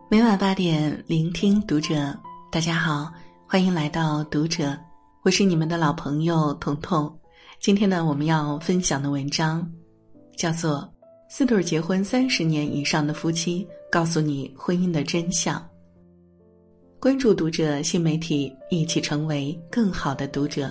每晚8点，聆听读者。大家好，欢迎来到读者，我是你们的老朋友彤彤。今天呢，我们要分享的文章叫做4对结婚30年以上的夫妻告诉你婚姻的真相。关注读者新媒体，一起成为更好的读者。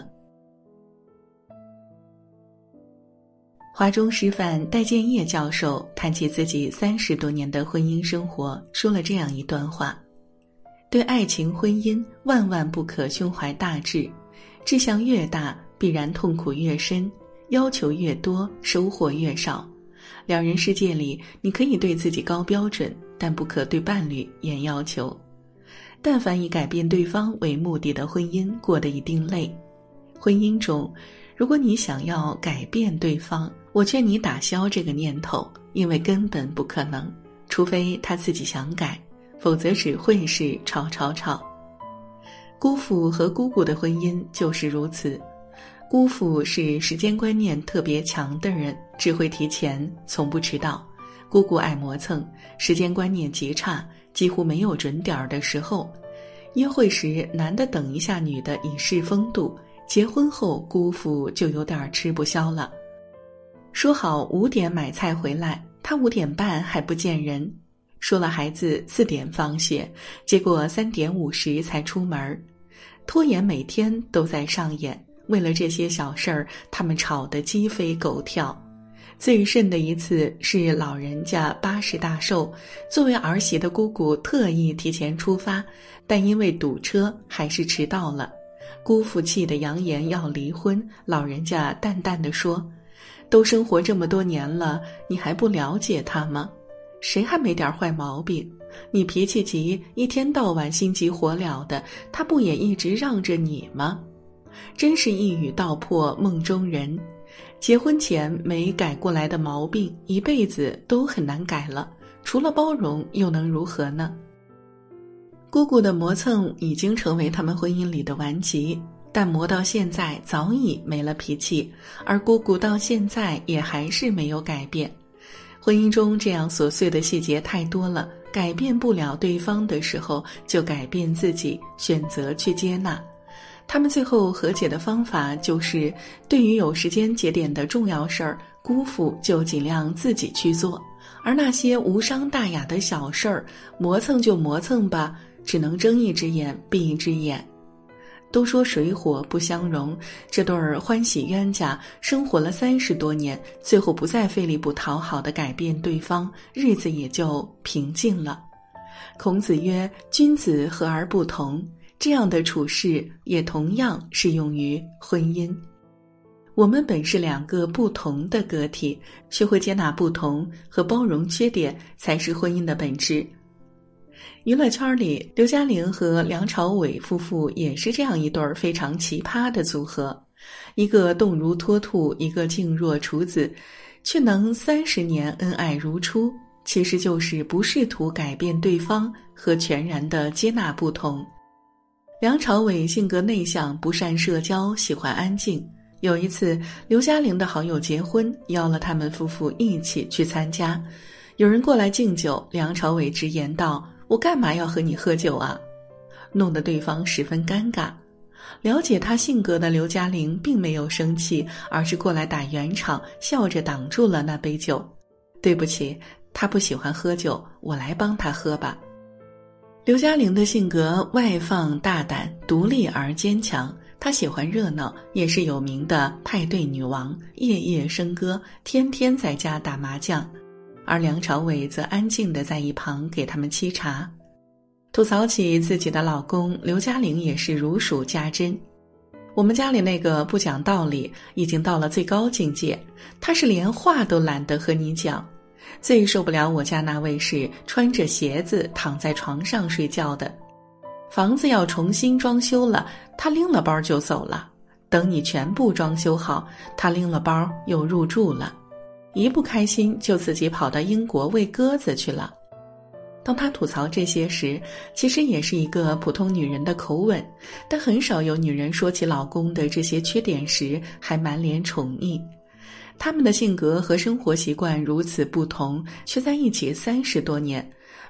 华中师范戴建业教授谈起自己30多年的婚姻生活，说了这样一段话：对爱情婚姻万万不可胸怀大志，志向越大，必然痛苦越深，要求越多，收获越少。两人世界里，你可以对自己高标准，但不可对伴侣严要求。但凡以改变对方为目的的婚姻，过得一定累。婚姻中，如果你想要改变对方，我劝你打消这个念头，因为根本不可能，除非他自己想改，否则只会是吵。姑父和姑姑的婚姻就是如此。姑父是时间观念特别强的人，只会提前，从不迟到。姑姑爱磨蹭，时间观念极差，几乎没有准点的时候。约会时男的等一下女的以示风度，结婚后姑父就有点吃不消了。说好5点买菜回来，他5点半还不见人。说了孩子4点放学，结果3点50才出门。拖延每天都在上演，为了这些小事儿，他们吵得鸡飞狗跳。最甚的一次是老人家80大寿，作为儿媳的姑姑特意提前出发，但因为堵车还是迟到了。姑父气得扬言要离婚，老人家淡淡地说：都生活这么多年了，你还不了解他吗？谁还没点坏毛病？你脾气急，一天到晚心急火燎的，他不也一直让着你吗？真是一语道破梦中人。结婚前没改过来的毛病，一辈子都很难改了，除了包容又能如何呢？姑姑的磨蹭已经成为他们婚姻里的顽疾，但磨到现在早已没了脾气，而姑姑到现在也还是没有改变。婚姻中这样琐碎的细节太多了，改变不了对方的时候，就改变自己，选择去接纳。他们最后和解的方法就是，对于有时间节点的重要事儿，姑父就尽量自己去做，而那些无伤大雅的小事儿，磨蹭就磨蹭吧，只能睁一只眼闭一只眼。都说水火不相容，这对儿欢喜冤家生活了30多年，最后不再费力不讨好地改变对方，日子也就平静了。孔子曰：君子和而不同，这样的处事也同样适用于婚姻。我们本是2个不同的个体，学会接纳不同和包容缺点，才是婚姻的本质。娱乐圈里，刘嘉玲和梁朝伟夫妇也是这样一对非常奇葩的组合，一个动如脱兔，一个静若处子，却能30年恩爱如初，其实就是不试图改变对方和全然的接纳不同。梁朝伟性格内向，不善社交，喜欢安静。有一次，刘嘉玲的好友结婚，邀了他们夫妇一起去参加。有人过来敬酒，梁朝伟直言道：我干嘛要和你喝酒啊？弄得对方十分尴尬。了解他性格的刘嘉玲并没有生气，而是过来打圆场，笑着挡住了那杯酒。对不起，他不喜欢喝酒，我来帮他喝吧。刘嘉玲的性格外放大胆，独立而坚强，她喜欢热闹，也是有名的派对女王，夜夜笙歌，天天在家打麻将。而梁朝伟则安静地在一旁给他们沏茶。吐槽起自己的老公，刘嘉玲也是如数家珍。我们家里那个不讲道理已经到了最高境界，他是连话都懒得和你讲。最受不了我家那位是穿着鞋子躺在床上睡觉的。房子要重新装修了，他拎了包就走了，等你全部装修好，他拎了包又入住了。一不开心就自己跑到英国喂鸽子去了。当他吐槽这些时，其实也是一个普通女人的口吻，但很少有女人说起老公的这些缺点时还满脸宠溺。他们的性格和生活习惯如此不同，却在一起30多年，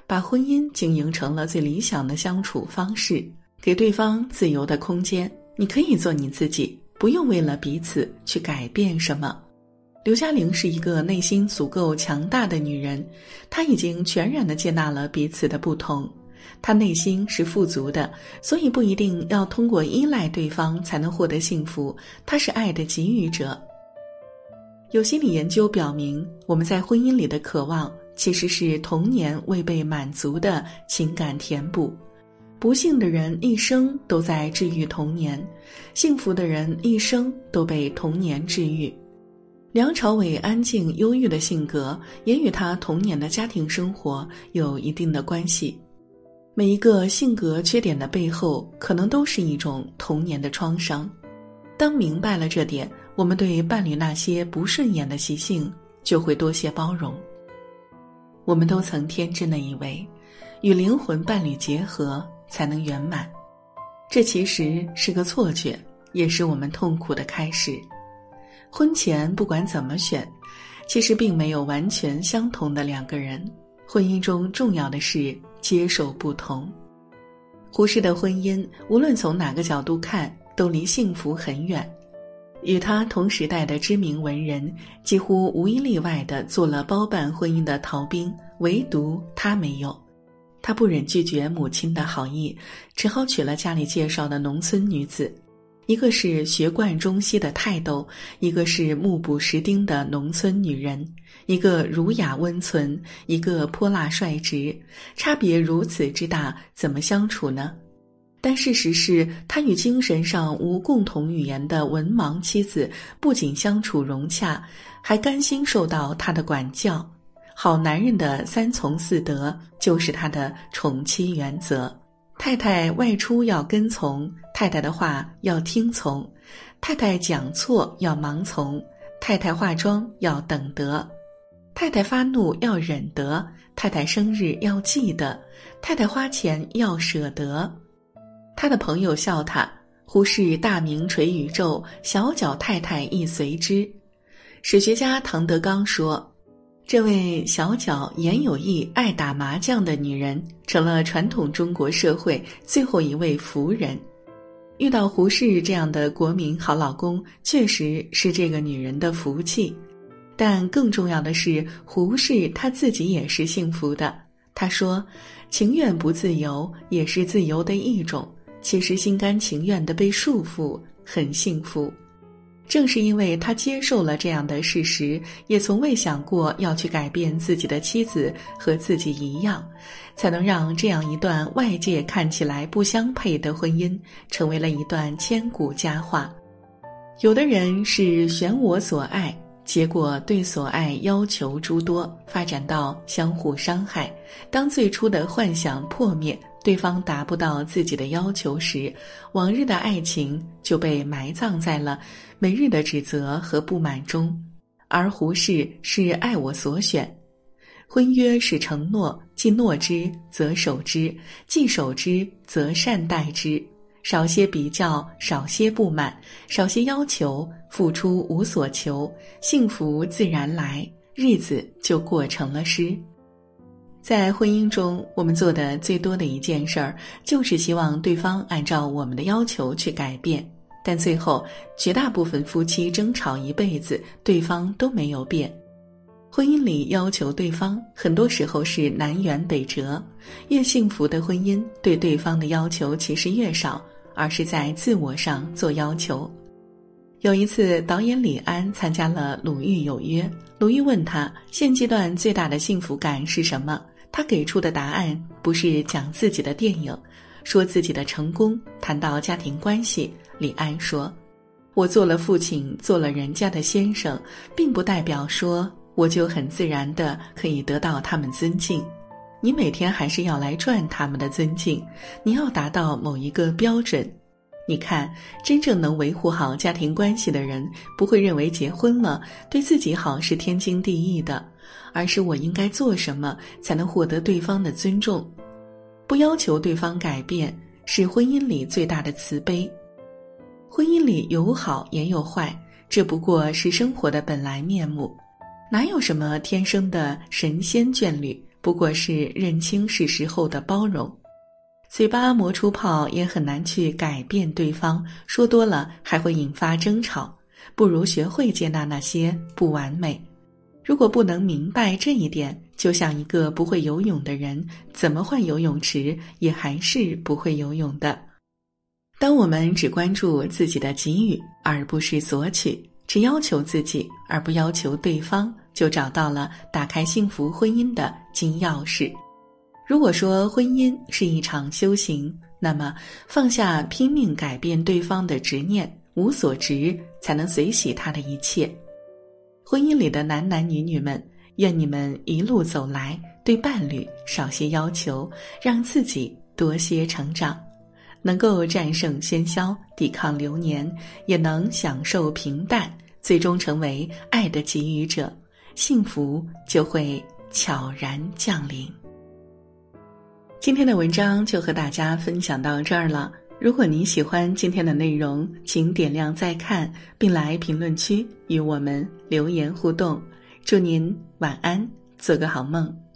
把婚姻经营成了最理想的相处方式，给对方自由的空间，你可以做你自己，不用为了彼此去改变什么。刘嘉玲是一个内心足够强大的女人，她已经全然地接纳了彼此的不同。她内心是富足的，所以不一定要通过依赖对方才能获得幸福，她是爱的给予者。有心理研究表明，我们在婚姻里的渴望其实是童年未被满足的情感填补。不幸的人一生都在治愈童年，幸福的人一生都被童年治愈。梁朝伟安静忧郁的性格也与他童年的家庭生活有一定的关系。每一个性格缺点的背后，可能都是一种童年的创伤。当明白了这点，我们对伴侣那些不顺眼的习性就会多些包容。我们都曾天真地以为，与灵魂伴侣结合才能圆满，这其实是个错觉，也是我们痛苦的开始。婚前不管怎么选，其实并没有完全相同的两个人。婚姻中重要的是接受不同。胡适的婚姻，无论从哪个角度看，都离幸福很远。与他同时代的知名文人，几乎无一例外地做了包办婚姻的逃兵，唯独他没有。他不忍拒绝母亲的好意，只好娶了家里介绍的农村女子。一个是学贯中西的泰斗，一个是目不识丁的农村女人，一个儒雅温存，一个泼辣率直，差别如此之大，怎么相处呢？但事实是，他与精神上无共同语言的文盲妻子不仅相处融洽，还甘心受到他的管教。好男人的3从4德就是他的宠妻原则。太太外出要跟从，太太的话要听从，太太讲错要盲从，太太化妆要等得，太太发怒要忍得，太太生日要记得，太太花钱要舍得。他的朋友笑他，胡适大名垂宇宙，小脚太太亦随之。史学家唐德刚说，这位小脚言有意爱打麻将的女人，成了传统中国社会最后一位福人。遇到胡适这样的国民好老公，确实是这个女人的福气。但更重要的是，胡适他自己也是幸福的。他说，情愿不自由也是自由的一种，其实心甘情愿地被束缚很幸福。正是因为他接受了这样的事实，也从未想过要去改变自己的妻子和自己一样，才能让这样一段外界看起来不相配的婚姻成为了一段千古佳话。有的人是选我所爱，结果对所爱要求诸多，发展到相互伤害。当最初的幻想破灭，对方达不到自己的要求时，往日的爱情就被埋葬在了每日的指责和不满中。而胡适是爱我所选，婚约是承诺，既诺之则守之，既守之则善待之，少些比较，少些不满，少些要求，付出无所求，幸福自然来，日子就过成了诗。在婚姻中，我们做的最多的一件事儿，就是希望对方按照我们的要求去改变，但最后绝大部分夫妻争吵一辈子，对方都没有变。婚姻里要求对方，很多时候是南辕北辙。越幸福的婚姻，对对方的要求其实越少，而是在自我上做要求。有一次，导演李安参加了鲁豫有约，鲁豫问他现阶段最大的幸福感是什么，他给出的答案不是讲自己的电影，说自己的成功。谈到家庭关系，李安说，我做了父亲，做了人家的先生，并不代表说我就很自然地可以得到他们尊敬。你每天还是要来赚他们的尊敬，你要达到某一个标准。你看，真正能维护好家庭关系的人，不会认为结婚了对自己好是天经地义的，而是我应该做什么才能获得对方的尊重。不要求对方改变，是婚姻里最大的慈悲。婚姻里有好也有坏，这不过是生活的本来面目，哪有什么天生的神仙眷侣， 不过是认清事实后的包容。嘴巴磨出泡也很难去改变对方，说多了还会引发争吵，不如学会接纳那些不完美。如果不能明白这一点，就像一个不会游泳的人，怎么换游泳池也还是不会游泳的。当我们只关注自己的给予，而不是索取，只要求自己，而不要求对方，就找到了打开幸福婚姻的金钥匙。如果说婚姻是一场修行，那么放下拼命改变对方的执念，无所执，才能随喜他的一切。婚姻里的男男女女们，愿你们一路走来，对伴侣少些要求，让自己多些成长，能够战胜喧嚣，抵抗流年，也能享受平淡，最终成为爱的给予者，幸福就会悄然降临。今天的文章就和大家分享到这儿了。如果您喜欢今天的内容，请点亮再看，并来评论区与我们留言互动。祝您晚安，做个好梦。